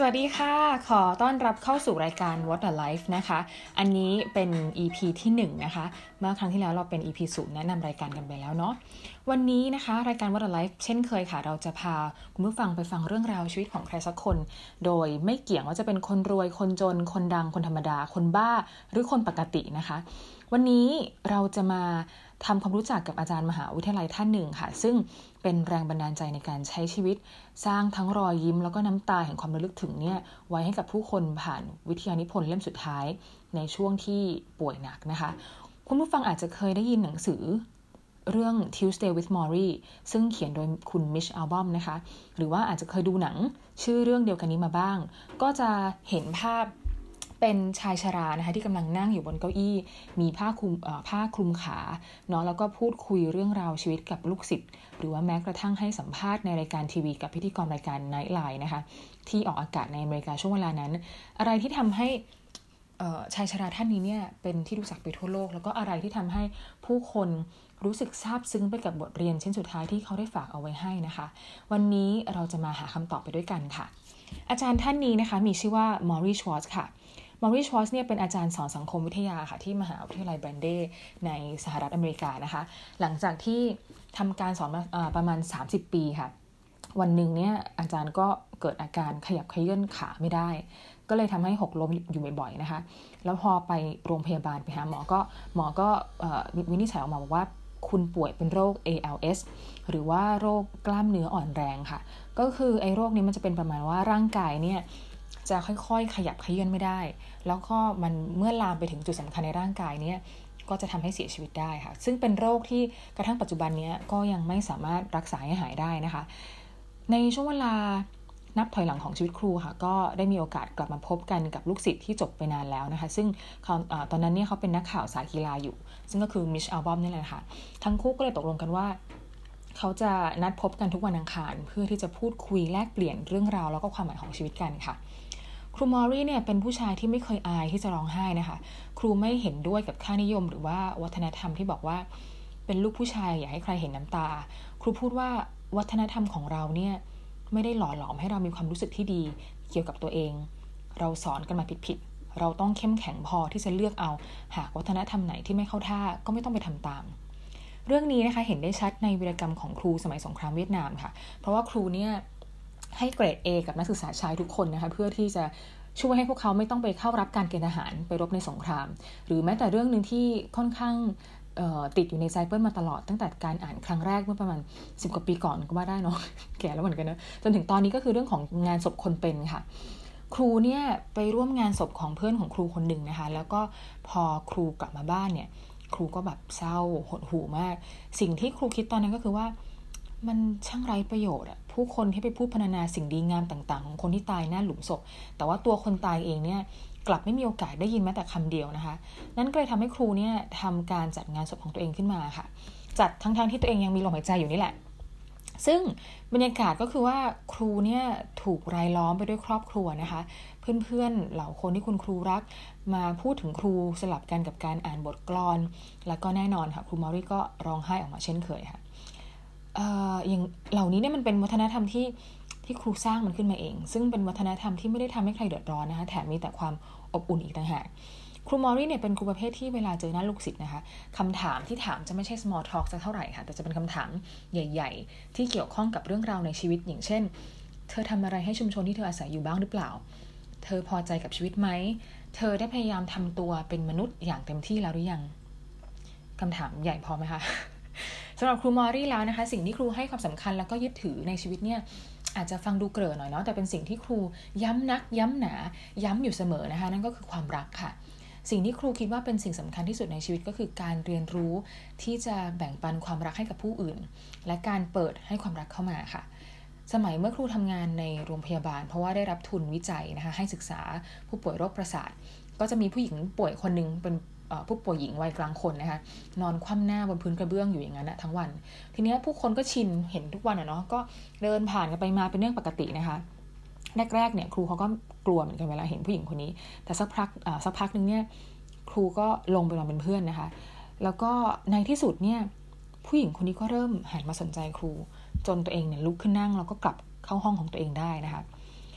วัสดีค่ะขอต้อนรับเข้าสู่รายการ What a Life นะคะอันนี้เป็น EP ที่1นะคะเมื่อครั้งที่แล้วเราเป็น EP 0แนะนำรายการกันไปแล้วเนาะวันนี้นะคะรายการ What a Life เช่นเคยค่ะเราจะพาคุณผู้ฟังไปฟังเรื่องราวชีวิตของใครสักคนโดยไม่เกี่ยงว่าจะเป็นคนรวยคนจนคนดังคนธรรมดาคนบ้าหรือคนปกตินะคะวันนี้เราจะมาทำความรู้จักกับอาจารย์มหาวิทยาลัยท่านหนึ่งค่ะซึ่งเป็นแรงบันดาลใจในการใช้ชีวิตสร้างทั้งรอยยิ้มแล้วก็น้ำตาแห่งความระลึกถึงเนี่ยไว้ให้กับผู้คนผ่านวิทยานิพนธ์เล่มสุดท้ายในช่วงที่ป่วยหนักนะคะคุณผู้ฟังอาจจะเคยได้ยินหนังสือเรื่อง Tuesday with Morrie ซึ่งเขียนโดยคุณมิชอัลบอมนะคะหรือว่าอาจจะเคยดูหนังชื่อเรื่องเดียวกันนี้มาบ้างก็จะเห็นภาพเป็นชายชรานะคะที่กำลังนั่งอยู่บนเก้าอี้มีผ้าคลุมขาเนาะแล้วก็พูดคุยเรื่องราวชีวิตกับลูกศิษย์หรือว่าแม้กระทั่งให้สัมภาษณ์ในรายการทีวีกับพิธีกรรายการ Nightline นะคะที่ออกอากาศในอเมริกาช่วงเวลานั้นอะไรที่ทำให้ชายชราท่านนี้เนี่ยเป็นที่รู้จักไปทั่วโลกแล้วก็อะไรที่ทำให้ผู้คนรู้สึกซาบซึ้งไปกับบทเรียนชิ้นสุดท้ายที่เขาได้ฝากเอาไว้ให้นะคะวันนี้เราจะมาหาคำตอบไปด้วยกันค่ะอาจารย์ท่านนี้นะคะมีชื่อว่ามอริชวอตส์ค่ะมอริชวอตส์เนี่ยเป็นอาจารย์สอนสังคมวิทยาค่ะที่มหาวิทยาลัยแบรนเดย์ในสหรัฐอเมริกานะคะหลังจากที่ทำการสอนมาประมาณ30ปีค่ะวันหนึ่งเนี่ยอาจารย์ก็เกิดอาการขยับเขยื้อนขาไม่ได้ก็เลยทำให้หกล้มอยู่บ่อยๆนะคะแล้วพอไปโรงพยาบาลไปหาหมอก็วินิจฉัยออกมาบอกว่าคุณป่วยเป็นโรค ALS หรือว่าโรคกล้ามเนื้ออ่อนแรงค่ะก็คือไอ้โรคนี้มันจะเป็นประมาณว่าร่างกายเนี่ยจะค่อยๆขยับเขยื้อนไม่ได้แล้วก็มันเมื่อลามไปถึงจุดสำคัญในร่างกายเนี่ยก็จะทำให้เสียชีวิตได้ค่ะซึ่งเป็นโรคที่กระทั่งปัจจุบันนี้ก็ยังไม่สามารถรักษาให้หายได้นะคะในช่วงเวลานับถอยหลังของชีวิตครูค่ะก็ได้มีโอกาสกลับมาพบกันกับลูกศิษย์ที่จบไปนานแล้วนะคะซึ่งตอนนั้นเนี่ยเขาเป็นนักข่าวสายกีฬาอยู่ซึ่งก็คือมิชอัลบอมนี่แหละค่ะทั้งคู่ก็เลยตกลงกันว่าเขาจะนัดพบกันทุกวันอังคารเพื่อที่จะพูดคุยแลกเปลี่ยนเรื่องราวแล้วก็ความหมายของชีวิตกันค่ะครูมอรี่เนี่ยเป็นผู้ชายที่ไม่เคยอายที่จะร้องไห้นะคะครูไม่เห็นด้วยกับค่านิยมหรือว่าวัฒนธรรมที่บอกว่าเป็นลูกผู้ชายอย่าให้ใครเห็นน้ำตาครูพูดว่าวัฒนธรรมของเราเนี่ยไม่ได้หล่อหลอมให้เรามีความรู้สึกที่ดีเกี่ยวกับตัวเองเราสอนกันมาผิดๆเราต้องเข้มแข็งพอที่จะเลือกเอาหากวัฒนธรรมไหนที่ไม่เข้าท่าก็ไม่ต้องไปทำตามเรื่องนี้นะคะเห็นได้ชัดในวีรกรรมของครูสมัยสงครามเวียดนามค่ะเพราะว่าครูเนี่ยให้เกรด A กับนักศึกษาชายทุกคนนะคะเพื่อที่จะช่วยให้พวกเขาไม่ต้องไปเข้ารับการเกณฑ์ทหารไปรบในสงครามหรือแม้แต่เรื่องนึงที่ค่อนข้างติดอยู่ในใจเปิ้ลมาตลอดตั้งแต่การอ่านครั้งแรกเมื่อประมาณ10 กว่าปีก่อนก็ว่าได้เนาะ แก่แล้วเหมือนกันนะจนถึงตอนนี้ก็คือเรื่องของงานศพคนเป็นค่ะครูเนี่ยไปร่วมงานศพของเพื่อนของครูคนหนึ่งนะคะแล้วก็พอครูกลับมาบ้านเนี่ยครูก็แบบเศร้าหดหู่มากสิ่งที่ครูคิดตอนนั้นก็คือว่ามันช่างไร้ประโยชน์อะผู้คนที่ไปพูดพรรณนาสิ่งดีงามต่างๆของคนที่ตายหน้าหลุมศพแต่ว่าตัวคนตายเองเนี่ยกลับไม่มีโอกาสได้ยินแม้แต่คำเดียวนะคะนั่นก็เลยทำให้ครูเนี่ยทำการจัดงานศพของตัวเองขึ้นมาค่ะจัดทั้งที่ตัวเองยังมีลมหายใจอยู่นี่แหละซึ่งบรรยากาศก็คือว่าครูเนี่ยถูกรายล้อมไปด้วยครอบครัวนะคะเพื่อนๆเหล่าคนที่คุณครูรักมาพูดถึงครูสลับกันกับการอ่านบทกลอนแล้วก็แน่นอนค่ะครูมอรี่ก็ร้องไห้ออกมาเช่นเคยค่ะอย่างเหล่านี้เนี่ยมันเป็นวัฒนธรรมที่ครูสร้างมันขึ้นมาเองซึ่งเป็นวัฒนธรรมที่ไม่ได้ทำให้ใครเดือดร้อนนะคะแถมมีแต่ความอบอุ่นอีกต่างหากครูมอรี่เนี่ยเป็นครูประเภทที่เวลาเจอหน้าลูกศิษย์นะคะคำถามที่ถามจะไม่ใช่ small talk สักเท่าไหร่ค่ะแต่จะเป็นคำถามใหญ่ๆที่เกี่ยวข้องกับเรื่องราวในชีวิตอย่างเช่นเธอทำอะไรให้ชุมชนที่เธออาศัยอยู่บ้างหรือเปล่าเธอพอใจกับชีวิตไหมเธอได้พยายามทำตัวเป็นมนุษย์อย่างเต็มที่แล้วหรือยังคำถามใหญ่พอไหมคะสำหรับครูมอรี่แล้วนะคะสิ่งที่ครูให้ความสำคัญแล้วก็ยึดถือในชีวิตเนี่ยอาจจะฟังดูเกริ่นหน่อยเนาะแต่เป็นสิ่งที่ครูย้ำนักย้ำหนาย้ำอยู่เสมอนะคะนั่นก็คือความรักค่ะสิ่งที่ครูคิดว่าเป็นสิ่งสำคัญที่สุดในชีวิตก็คือการเรียนรู้ที่จะแบ่งปันความรักให้กับผู้อื่นและการเปิดให้ความรักเข้ามาค่ะสมัยเมื่อครูทำงานในโรงพยาบาลเพราะว่าได้รับทุนวิจัยนะคะให้ศึกษาผู้ป่วยโรคประสาทก็จะมีผู้หญิงป่วยคนนึงเป็นผู้ป่วยหญิงวัยกลางคนนะคะนอนคว่ำหน้าบนพื้นกระเบื้องอยู่อย่างนั้นนะทั้งวันทีนี้ผู้คนก็ชินเห็นทุกวันเนาะก็เดินผ่านกันไปมาเป็นเรื่องปกตินะคะแรกๆเนี่ยครูเขาก็กลัวเหมือนกันเวลาเห็นผู้หญิงคนนี้แต่สักพักนึงเนี่ยครูก็ลงไปนอนเป็นเพื่อนนะคะแล้วก็ในที่สุดเนี่ยผู้หญิงคนนี้ก็เริ่มหันมาสนใจครูจนตัวเองเนี่ยลุกขึ้นนั่งแล้วก็กลับเข้าห้องของตัวเองได้นะคะกุ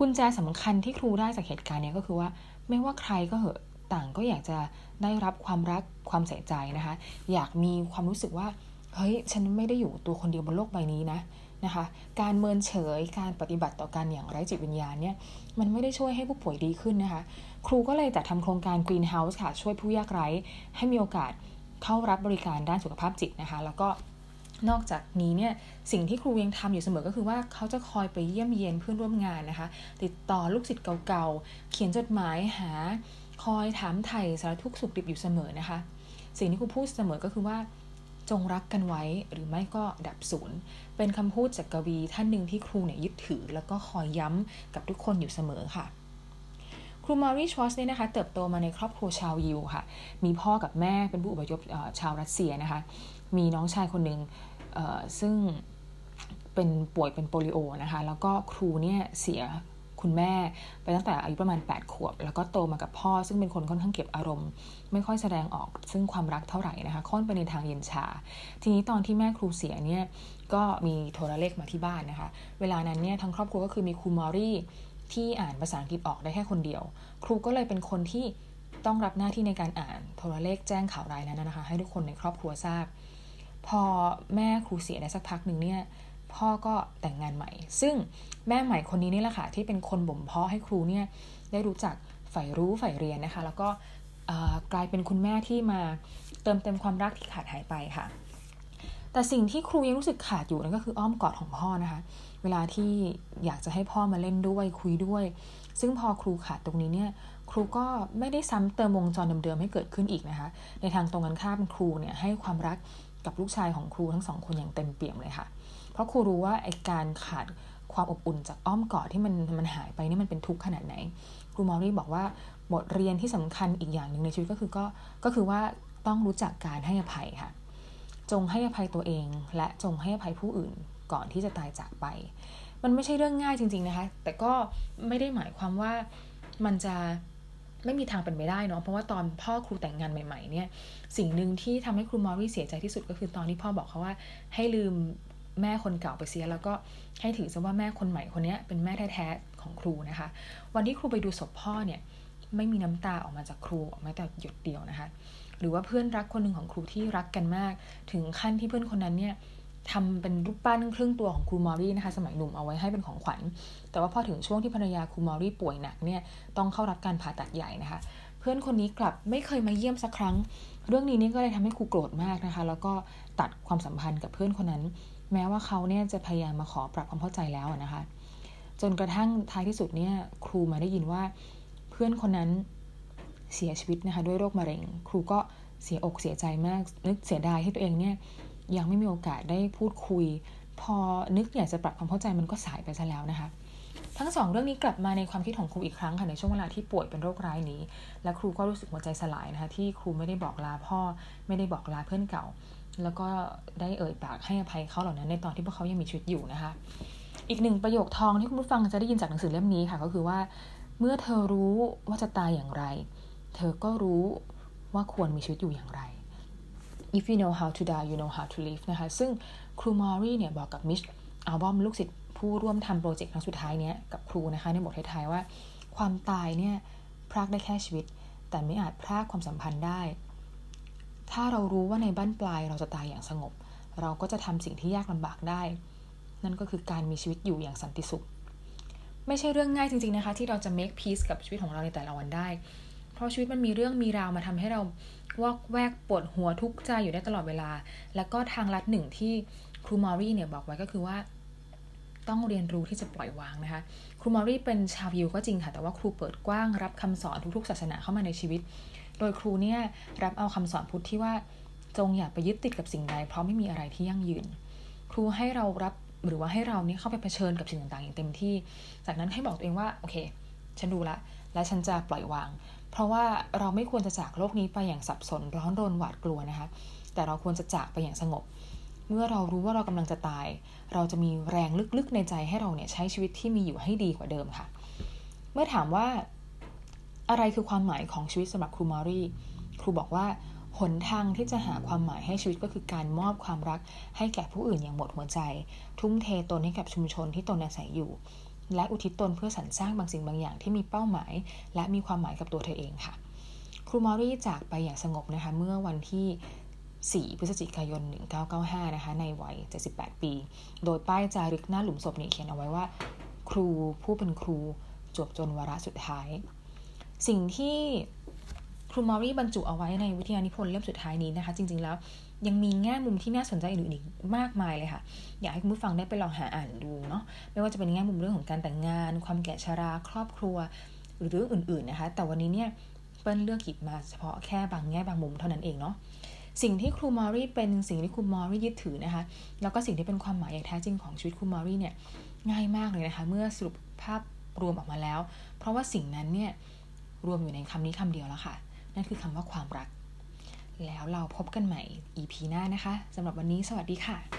กุญแจสำคัญที่ครูได้จากเหตุการณ์นี้ก็คือว่าไม่ว่าใครก็เหอะต่างก็อยากจะได้รับความรักความใส่ใจนะคะอยากมีความรู้สึกว่าเฮ้ยฉันไม่ได้อยู่ตัวคนเดียวบนโลกใบนี้นะคะการเมินเฉยการปฏิบัติต่อกันอย่างไร้จิตวิญญาณเนี่ยมันไม่ได้ช่วยให้ผู้ป่วยดีขึ้นนะคะครูก็เลยจัดทำโครงการ Green House ค่ะช่วยผู้ยากไร้ให้มีโอกาสเข้ารับบริการด้านสุขภาพจิตนะคะแล้วก็นอกจากนี้เนี่ยสิ่งที่ครูยังทำอยู่เสมอก็คือว่าเขาจะคอยไปเยี่ยมเยียนเพื่อนร่วมงานนะคะติดต่อลูกศิษย์เก่าๆเขียนจดหมายหาคอยถามไถ่สารทุกข์สุขดิบอยู่เสมอนะคะสิ่งที่ครูพูดเสมอก็คือว่าจงรักกันไว้หรือไม่ก็ดับศูนย์เป็นคำพูดจากกวีท่านหนึ่งที่ครูเนี่ยยึดถือแล้วก็คอยย้ำกับทุกคนอยู่เสมอค่ะครูมอริชวอตส์เนี่ยนะคะเติบโตมาในครอบครัวชาวยิวค่ะมีพ่อกับแม่เป็นผู้อพยพชาวรัสเซียนะคะมีน้องชายคนหนึ่งซึ่งเป็นป่วยเป็นโปลิโอนะคะแล้วก็ครูเนี่ยเสียคุณแม่ไปตั้งแต่อายุประมาณ8ขวบแล้วก็โตมากับพ่อซึ่งเป็นคนค่อนข้างเก็บอารมณ์ไม่ค่อยแสดงออกซึ่งความรักเท่าไหร่นะคะค่อนไปในทางเย็นชาทีนี้ตอนที่แม่ครูเสียเนี่ยก็มีโทรเลขมาที่บ้านนะคะเวลานั้นเนี่ยทั้งครอบครัวก็คือมีครูมอรี่ที่อ่านภาษาอังกฤษออกได้แค่คนเดียวครูก็เลยเป็นคนที่ต้องรับหน้าที่ในการอ่านโทรเลขแจ้งข่าวร้ายนั้นนะคะให้ทุกคนในครอบครัวทราบพอแม่ครูเสียได้สักพักหนึ่งเนี่ยพ่อก็แต่งงานใหม่ซึ่งแม่ใหม่คนนี้นี่แหละค่ะที่เป็นคนบ่มเพาะให้ครูเนี่ยได้รู้จักใฝ่รู้ใฝ่เรียนนะคะแล้วก็กลายเป็นคุณแม่ที่มาเติมเต็มความรักที่ขาดหายไปค่ะแต่สิ่งที่ครูยังรู้สึกขาดอยู่นั่นก็คืออ้อมกอดของพ่อนะคะเวลาที่อยากจะให้พ่อมาเล่นด้วยคุยด้วยซึ่งพอครูขาดตรงนี้เนี่ยครูก็ไม่ได้ซ้ำเติมวงจรเดิมๆให้เกิดขึ้นอีกนะคะในทางตรงกันข้ามครูเนี่ยให้ความรักกับลูกชายของครูทั้งสองคนอย่างเต็มเปี่ยมเลยค่ะเพราะครูรู้ว่าไอ้การขาดความอบอุ่นจากอ้อมกอดที่มันหายไปนี่มันเป็นทุกข์ขนาดไหนครูมอรี่บอกว่าบทเรียนที่สำคัญอีกอย่างหนึ่งในชีวิตก็คือว่าต้องรู้จักการให้อภัยค่ะจงให้อภัยตัวเองและจงให้อภัยผู้อื่นก่อนที่จะตายจากไปมันไม่ใช่เรื่องง่ายจริงๆนะคะแต่ก็ไม่ได้หมายความว่ามันจะไม่มีทางเป็นไปได้เนาะเพราะว่าตอนพ่อครูแต่งงานใหม่ๆเนี่ยสิ่งหนึ่งที่ทำให้ครูมอรี่เสียใจที่สุดก็คือตอนที่พ่อบอกเขาว่าให้ลืมแม่คนเก่าไปเสียแล้วก็ให้ถือซะว่าแม่คนใหม่คนนี้เป็นแม่แท้ๆของครูนะคะวันที่ครูไปดูศพพ่อเนี่ยไม่มีน้ำตาออกมาจากครูออกมาแต่หยดเดียวนะคะหรือว่าเพื่อนรักคนหนึ่งของครูที่รักกันมากถึงขั้นที่เพื่อนคนนั้นเนี่ยทำเป็นรูปปั้นครึ่งตัวของครูมอรี่นะคะสมัยหนุ่มเอาไว้ให้เป็นของขวัญแต่ว่าพอถึงช่วงที่ภรรยาครูมอรี่ป่วยหนักเนี่ยต้องเข้ารับการผ่าตัดใหญ่นะคะเพื่อนคนนี้กลับไม่เคยมาเยี่ยมสักครั้งเรื่องนี้นี่ก็เลยทำให้ครูโกรธมากนะคะแล้วก็ตัดความสัมพันธ์กับเพื่อนคนนั้นแม้ว่าเขาเนี่ยจะพยายามมาขอปรับความเข้าใจแล้วนะคะจนกระทั่งท้ายที่สุดเนี่ยครูมาได้ยินว่าเพื่อนคนนั้นเสียชีวิตนะคะด้วยโรคมะเร็งครูก็เสียอกเสียใจมากนึกเสียดายที่ตัวเองเนี่ยยังไม่มีโอกาสได้พูดคุยพอนึกอยากจะปรับความเข้าใจมันก็สายไปซะแล้วนะคะทั้งสองเรื่องนี้กลับมาในความคิดของครูอีกครั้งค่ะในช่วงเวลาที่ป่วยเป็นโรคร้ายนี้และครูก็รู้สึกหัวใจสลายนะคะที่ครูไม่ได้บอกลาพ่อไม่ได้บอกลาเพื่อนเก่าแล้วก็ได้เอ่ยปากให้อภัยเขาเหล่านั้นในตอนที่พวกเขายังมีชีวิตอยู่นะคะอีกหนึ่งประโยคทองที่คุณผู้ฟังจะได้ยินจากหนังสือเล่มนี้ค่ะก็คือว่าเมื่อเธอรู้ว่าจะตายอย่างไรเธอก็รู้ว่าควรมีชีวิตอยู่อย่างไร If you know how to die you know how to live นะคะซึ่งครูมอรี่เนี่ยบอกกับมิชอัลบอมลูกศิษย์ผู้ร่วมทำโปรเจกต์ครั้งสุดท้ายเนี้ยกับครูนะคะในบทท้ายๆว่าความตายเนี่ยพรากได้แค่ชีวิตแต่ไม่อาจพรากความสัมพันธ์ได้ถ้าเรารู้ว่าในบั้นปลายเราจะตายอย่างสงบเราก็จะทำสิ่งที่ยากลำบากได้นั่นก็คือการมีชีวิตอยู่อย่างสันติสุขไม่ใช่เรื่องง่ายจริงๆนะคะที่เราจะ make peace กับชีวิตของเราในแต่ละวันได้เพราะชีวิตมันมีเรื่องมีราวมาทำให้เราวอกแวกปวดหัวทุกข์ใจอยู่ได้ตลอดเวลาแล้วก็ทางลัดหนึ่งที่ครูมอรี่เนี่ยบอกไว้ก็คือว่าต้องเรียนรู้ที่จะปล่อยวางนะคะครูมอรี่เป็นชาวยิวก็จริงค่ะแต่ว่าครูเปิดกว้างรับคำสอนทุกๆศาสนาเข้ามาในชีวิตโดยครูเนี่ยรับเอาคำสอนพุทธที่ว่าจงอย่าไปยึดติดกับสิ่งใดเพราะไม่มีอะไรที่ยั่งยืนครูให้เรารับหรือว่าให้เราเนี่ยเข้าไปเผชิญกับสิ่งต่างๆอย่างเต็มที่จากนั้นให้บอกตัวเองว่าโอเคฉันดูละและฉันจะปล่อยวางเพราะว่าเราไม่ควรจะจากโลกนี้ไปอย่างสับสนร้อนรนหวาดกลัวนะคะแต่เราควรจะจากไปอย่างสงบเมื่อเรารู้ว่าเรากำลังจะตายเราจะมีแรงลึกๆในใจให้เราเนี่ยใช้ชีวิตที่มีอยู่ให้ดีกว่าเดิมค่ะเมื่อถามว่าอะไรคือความหมายของชีวิตสำหรับครูมอรี่ครูบอกว่าหนทางที่จะหาความหมายให้ชีวิตก็คือการมอบความรักให้แก่ผู้อื่นอย่างหมดหัวใจทุ่มเทตนให้กับชุมชนที่ตนอาศัยอยู่และอุทิศตนเพื่อสรรสร้างบางสิ่งบางอย่างที่มีเป้าหมายและมีความหมายกับตัวเธอเองค่ะครูมอรี่จากไปอย่างสงบนะคะเมื่อวันที่4 พฤศจิกายน 1995 นะคะในวัย 78 ปีโดยป้ายจารึกหน้าหลุมศพเนี่ยเขียนเอาไว้ว่าครูผู้เป็นครูจวบจนวาระสุดท้ายสิ่งที่ครูมอรี่บรรจุเอาไว้ในวิทยานิพนธ์เล่มสุดท้ายนี้นะคะจริงๆแล้วยังมีแง่มุมที่น่าสนใจอื่นๆอีกมากมายเลยค่ะอยากให้คุณผู้ฟังได้ไปลองหาอ่านดูเนาะไม่ว่าจะเป็นแง่มุมเรื่องของการแต่งงานความแก่ชราครอบครัวหรือเรื่องอื่นๆนะคะแต่วันนี้เนี่ยเปิ้ลเลือกหยิบมาเฉพาะแค่บางแง่บางมุมเท่านั้นเองเนาะสิ่งที่ครูมอรี่เป็นสิ่งที่ครูมอรี่ยึดถือนะคะแล้วก็สิ่งที่เป็นความหมายอย่างแท้จริงของชีวิตครูมอรี่เนี่ยง่ายมากเลยนะคะเมื่อสรุปภาพรวมออกมาแล้วเพราะว่าสิ่งนั้นเนี่ยรวมอยู่ในคำนี้คำเดียวแล้วค่ะนั่นคือคำว่าความรักแล้วเราพบกันใหม่ EP หน้านะคะสำหรับวันนี้สวัสดีค่ะ